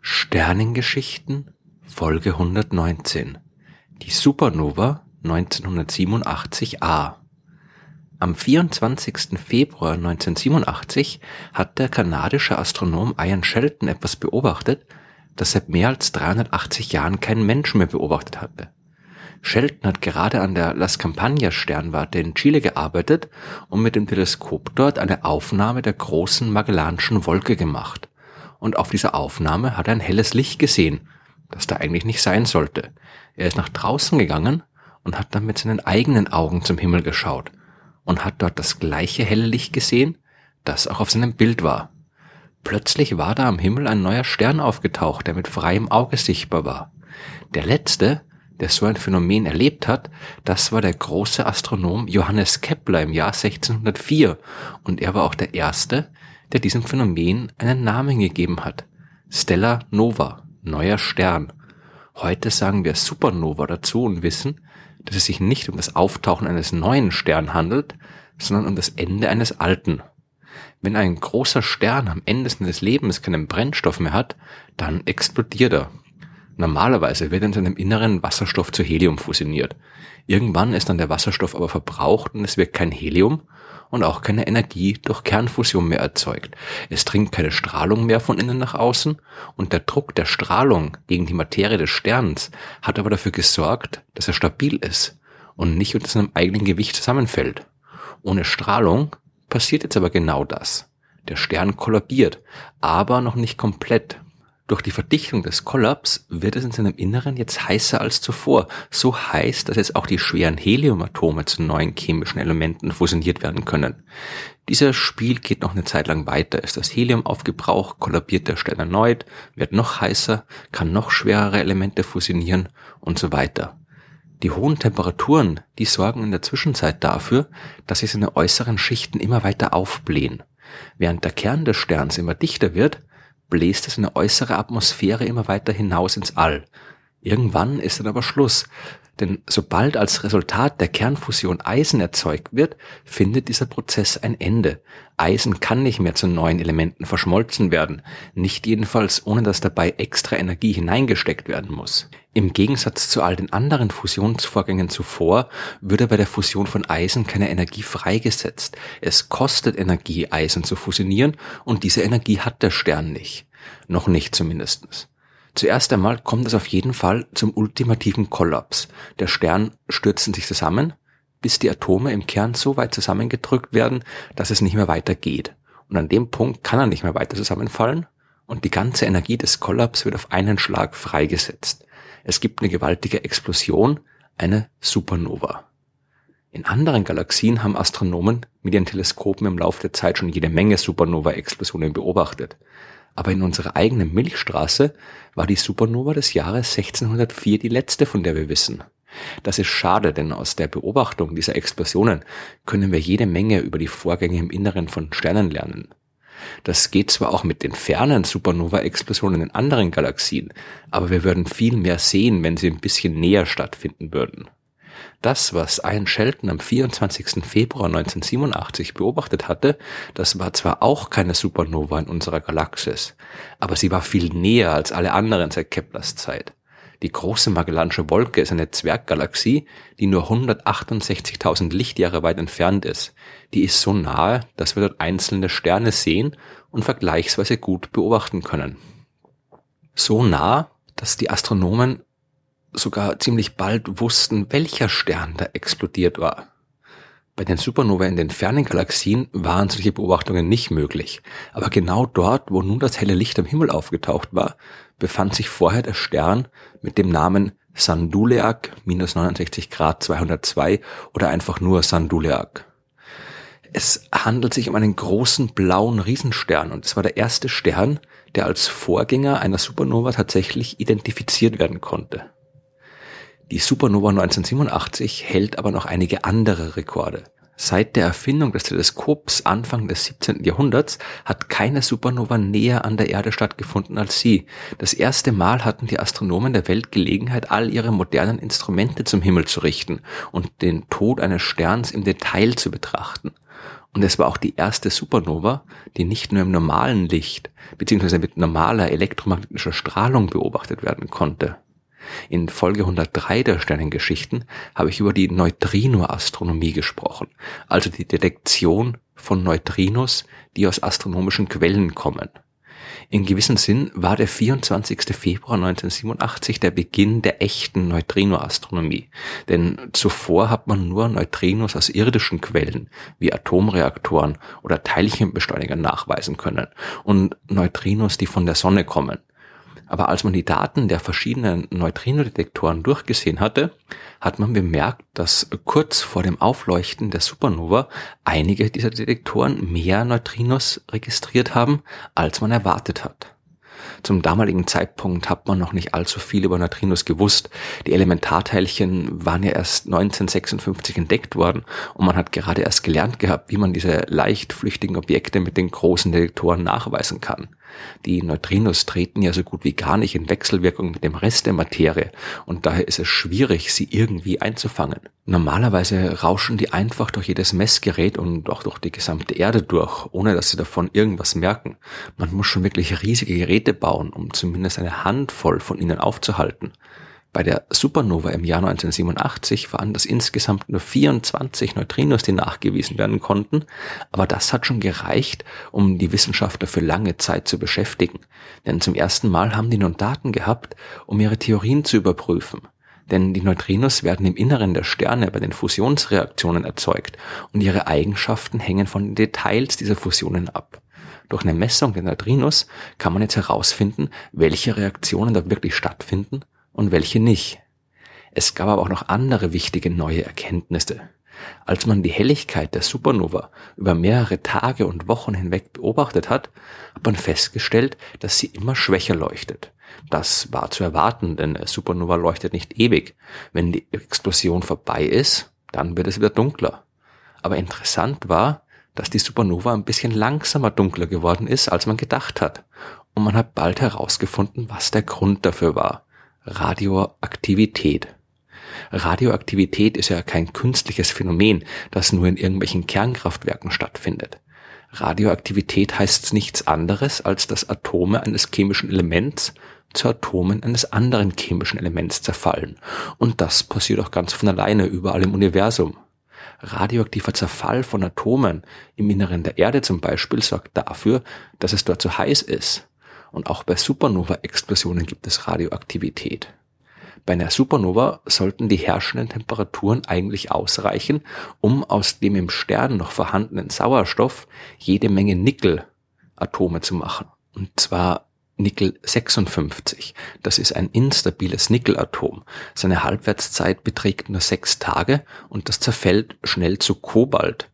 Sternengeschichten Folge 119 Die Supernova 1987a. Am 24. Februar 1987 hat der kanadische Astronom Ian Shelton etwas beobachtet, das seit mehr als 380 Jahren kein Mensch mehr beobachtet hatte. Shelton hat gerade an der Las Campañas Sternwarte in Chile gearbeitet und mit dem Teleskop dort eine Aufnahme der großen Magellanischen Wolke gemacht. Und auf dieser Aufnahme hat er ein helles Licht gesehen, das da eigentlich nicht sein sollte. Er ist nach draußen gegangen und hat dann mit seinen eigenen Augen zum Himmel geschaut und hat dort das gleiche helle Licht gesehen, das auch auf seinem Bild war. Plötzlich war da am Himmel ein neuer Stern aufgetaucht, der mit freiem Auge sichtbar war. Der letzte, der so ein Phänomen erlebt hat, das war der große Astronom Johannes Kepler im Jahr 1604 und er war auch der erste, der diesem Phänomen einen Namen gegeben hat. Stellar Nova, neuer Stern. Heute sagen wir Supernova dazu und wissen, dass es sich nicht um das Auftauchen eines neuen Sterns handelt, sondern um das Ende eines alten. Wenn ein großer Stern am Ende seines Lebens keinen Brennstoff mehr hat, dann explodiert er. Normalerweise wird in seinem Inneren Wasserstoff zu Helium fusioniert. Irgendwann ist dann der Wasserstoff aber verbraucht und es wird kein Helium und auch keine Energie durch Kernfusion mehr erzeugt. Es dringt keine Strahlung mehr von innen nach außen und der Druck der Strahlung gegen die Materie des Sterns hat aber dafür gesorgt, dass er stabil ist und nicht unter seinem eigenen Gewicht zusammenfällt. Ohne Strahlung passiert jetzt aber genau das. Der Stern kollabiert, aber noch nicht komplett. Durch die Verdichtung des Kollaps wird es in seinem Inneren jetzt heißer als zuvor. So heiß, dass jetzt auch die schweren Heliumatome zu neuen chemischen Elementen fusioniert werden können. Dieses Spiel geht noch eine Zeit lang weiter. Ist das Helium aufgebraucht, kollabiert der Stern erneut, wird noch heißer, kann noch schwerere Elemente fusionieren und so weiter. Die hohen Temperaturen, die sorgen in der Zwischenzeit dafür, dass sich seine äußeren Schichten immer weiter aufblähen. Während der Kern des Sterns immer dichter wird, bläst es eine äußere Atmosphäre immer weiter hinaus ins All. Irgendwann ist dann aber Schluss, denn sobald als Resultat der Kernfusion Eisen erzeugt wird, findet dieser Prozess ein Ende. Eisen kann nicht mehr zu neuen Elementen verschmolzen werden, nicht jedenfalls ohne dass dabei extra Energie hineingesteckt werden muss. Im Gegensatz zu all den anderen Fusionsvorgängen zuvor würde bei der Fusion von Eisen keine Energie freigesetzt. Es kostet Energie, Eisen zu fusionieren und diese Energie hat der Stern nicht. Noch nicht zumindest. Zuerst einmal kommt es auf jeden Fall zum ultimativen Kollaps. Der Stern stürzt in sich zusammen, bis die Atome im Kern so weit zusammengedrückt werden, dass es nicht mehr weitergeht. Und an dem Punkt kann er nicht mehr weiter zusammenfallen und die ganze Energie des Kollaps wird auf einen Schlag freigesetzt. Es gibt eine gewaltige Explosion, eine Supernova. In anderen Galaxien haben Astronomen mit ihren Teleskopen im Laufe der Zeit schon jede Menge Supernova-Explosionen beobachtet. Aber in unserer eigenen Milchstraße war die Supernova des Jahres 1604 die letzte, von der wir wissen. Das ist schade, denn aus der Beobachtung dieser Explosionen können wir jede Menge über die Vorgänge im Inneren von Sternen lernen. Das geht zwar auch mit den fernen Supernova-Explosionen in anderen Galaxien, aber wir würden viel mehr sehen, wenn sie ein bisschen näher stattfinden würden. Das, was Ian Shelton am 24. Februar 1987 beobachtet hatte, das war zwar auch keine Supernova in unserer Galaxis, aber sie war viel näher als alle anderen seit Keplers Zeit. Die große Magellanische Wolke ist eine Zwerggalaxie, die nur 168.000 Lichtjahre weit entfernt ist. Die ist so nahe, dass wir dort einzelne Sterne sehen und vergleichsweise gut beobachten können. So nah, dass die Astronomen sogar ziemlich bald wussten, welcher Stern da explodiert war. Bei den Supernovae in den fernen Galaxien waren solche Beobachtungen nicht möglich. Aber genau dort, wo nun das helle Licht am Himmel aufgetaucht war, befand sich vorher der Stern mit dem Namen Sanduleak -69°202 oder einfach nur Sanduleak. Es handelt sich um einen großen blauen Riesenstern und es war der erste Stern, der als Vorgänger einer Supernova tatsächlich identifiziert werden konnte. Die Supernova 1987 hält aber noch einige andere Rekorde. Seit der Erfindung des Teleskops Anfang des 17. Jahrhunderts hat keine Supernova näher an der Erde stattgefunden als sie. Das erste Mal hatten die Astronomen der Welt Gelegenheit, all ihre modernen Instrumente zum Himmel zu richten und den Tod eines Sterns im Detail zu betrachten. Und es war auch die erste Supernova, die nicht nur im normalen Licht bzw. mit normaler elektromagnetischer Strahlung beobachtet werden konnte. In Folge 103 der Sternengeschichten habe ich über die Neutrinoastronomie gesprochen, also die Detektion von Neutrinos, die aus astronomischen Quellen kommen. In gewissem Sinn war der 24. Februar 1987 der Beginn der echten Neutrinoastronomie, denn zuvor hat man nur Neutrinos aus irdischen Quellen wie Atomreaktoren oder Teilchenbeschleunigern nachweisen können und Neutrinos, die von der Sonne kommen. Aber als man die Daten der verschiedenen Neutrinodetektoren durchgesehen hatte, hat man bemerkt, dass kurz vor dem Aufleuchten der Supernova einige dieser Detektoren mehr Neutrinos registriert haben, als man erwartet hat. Zum damaligen Zeitpunkt hat man noch nicht allzu viel über Neutrinos gewusst. Die Elementarteilchen waren ja erst 1956 entdeckt worden und man hat gerade erst gelernt gehabt, wie man diese leicht flüchtigen Objekte mit den großen Detektoren nachweisen kann. Die Neutrinos treten ja so gut wie gar nicht in Wechselwirkung mit dem Rest der Materie und daher ist es schwierig, sie irgendwie einzufangen. Normalerweise rauschen die einfach durch jedes Messgerät und auch durch die gesamte Erde durch, ohne dass sie davon irgendwas merken. Man muss schon wirklich riesige Geräte bauen, um zumindest eine Handvoll von ihnen aufzuhalten. Bei der Supernova im Jahr 1987 waren das insgesamt nur 24 Neutrinos, die nachgewiesen werden konnten, aber das hat schon gereicht, um die Wissenschaftler für lange Zeit zu beschäftigen. Denn zum ersten Mal haben die nun Daten gehabt, um ihre Theorien zu überprüfen. Denn die Neutrinos werden im Inneren der Sterne bei den Fusionsreaktionen erzeugt und ihre Eigenschaften hängen von den Details dieser Fusionen ab. Durch eine Messung der Neutrinos kann man jetzt herausfinden, welche Reaktionen da wirklich stattfinden und welche nicht. Es gab aber auch noch andere wichtige neue Erkenntnisse. Als man die Helligkeit der Supernova über mehrere Tage und Wochen hinweg beobachtet hat, hat man festgestellt, dass sie immer schwächer leuchtet. Das war zu erwarten, denn eine Supernova leuchtet nicht ewig. Wenn die Explosion vorbei ist, dann wird es wieder dunkler. Aber interessant war, dass die Supernova ein bisschen langsamer dunkler geworden ist, als man gedacht hat. Und man hat bald herausgefunden, was der Grund dafür war. Radioaktivität. Radioaktivität ist ja kein künstliches Phänomen, das nur in irgendwelchen Kernkraftwerken stattfindet. Radioaktivität heißt nichts anderes, als dass Atome eines chemischen Elements zu Atomen eines anderen chemischen Elements zerfallen. Und das passiert auch ganz von alleine überall im Universum. Radioaktiver Zerfall von Atomen im Inneren der Erde zum Beispiel sorgt dafür, dass es dort so heiß ist. Und auch bei Supernova-Explosionen gibt es Radioaktivität. Bei einer Supernova sollten die herrschenden Temperaturen eigentlich ausreichen, um aus dem im Stern noch vorhandenen Sauerstoff jede Menge Nickelatome zu machen. Und zwar Nickel 56. Das ist ein instabiles Nickelatom. Seine Halbwertszeit beträgt nur 6 Tage und das zerfällt schnell zu Kobalt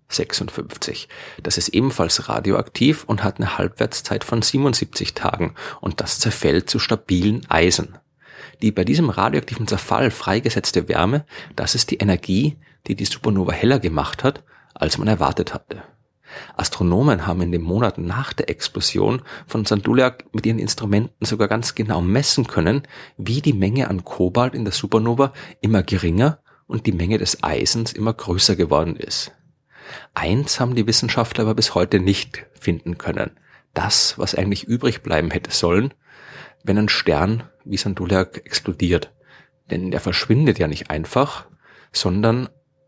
56. Das ist ebenfalls radioaktiv und hat eine Halbwertszeit von 77 Tagen und das zerfällt zu stabilen Eisen. Die bei diesem radioaktiven Zerfall freigesetzte Wärme, das ist die Energie, die die Supernova heller gemacht hat, als man erwartet hatte. Astronomen haben in den Monaten nach der Explosion von Sanduliak mit ihren Instrumenten sogar ganz genau messen können, wie die Menge an Kobalt in der Supernova immer geringer und die Menge des Eisens immer größer geworden ist. Eins haben die Wissenschaftler aber bis heute nicht finden können. Das, was eigentlich übrig bleiben hätte sollen, wenn ein Stern wie Sanduliak explodiert. Denn der verschwindet ja nicht einfach, sondern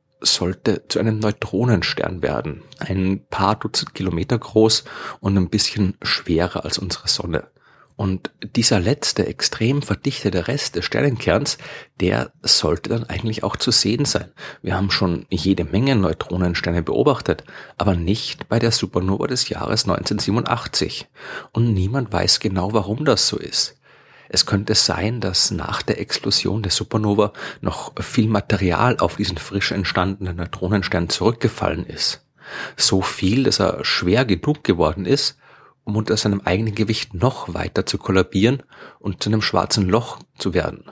sollte zu einem Neutronenstern werden. Ein paar Dutzend Kilometer groß und ein bisschen schwerer als unsere Sonne. Und dieser letzte extrem verdichtete Rest des Sternenkerns, der sollte dann eigentlich auch zu sehen sein. Wir haben schon jede Menge Neutronensterne beobachtet, aber nicht bei der Supernova des Jahres 1987. Und niemand weiß genau, warum das so ist. Es könnte sein, dass nach der Explosion der Supernova noch viel Material auf diesen frisch entstandenen Neutronenstern zurückgefallen ist. So viel, dass er schwer genug geworden ist, um unter seinem eigenen Gewicht noch weiter zu kollabieren und zu einem schwarzen Loch zu werden.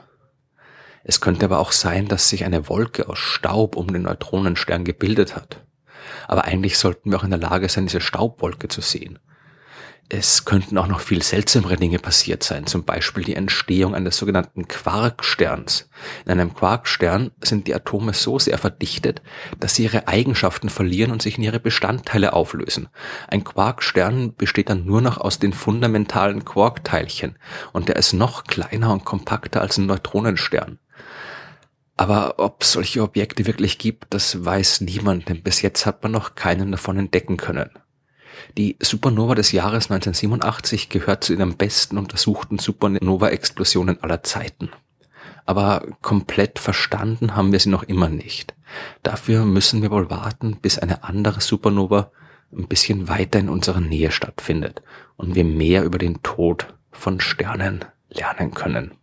Es könnte aber auch sein, dass sich eine Wolke aus Staub um den Neutronenstern gebildet hat. Aber eigentlich sollten wir auch in der Lage sein, diese Staubwolke zu sehen. Es könnten auch noch viel seltsamere Dinge passiert sein, zum Beispiel die Entstehung eines sogenannten Quarksterns. In einem Quarkstern sind die Atome so sehr verdichtet, dass sie ihre Eigenschaften verlieren und sich in ihre Bestandteile auflösen. Ein Quarkstern besteht dann nur noch aus den fundamentalen Quarkteilchen und der ist noch kleiner und kompakter als ein Neutronenstern. Aber ob es solche Objekte wirklich gibt, das weiß niemand, denn bis jetzt hat man noch keinen davon entdecken können. Die Supernova des Jahres 1987 gehört zu den am besten untersuchten Supernova-Explosionen aller Zeiten. Aber komplett verstanden haben wir sie noch immer nicht. Dafür müssen wir wohl warten, bis eine andere Supernova ein bisschen weiter in unserer Nähe stattfindet und wir mehr über den Tod von Sternen lernen können.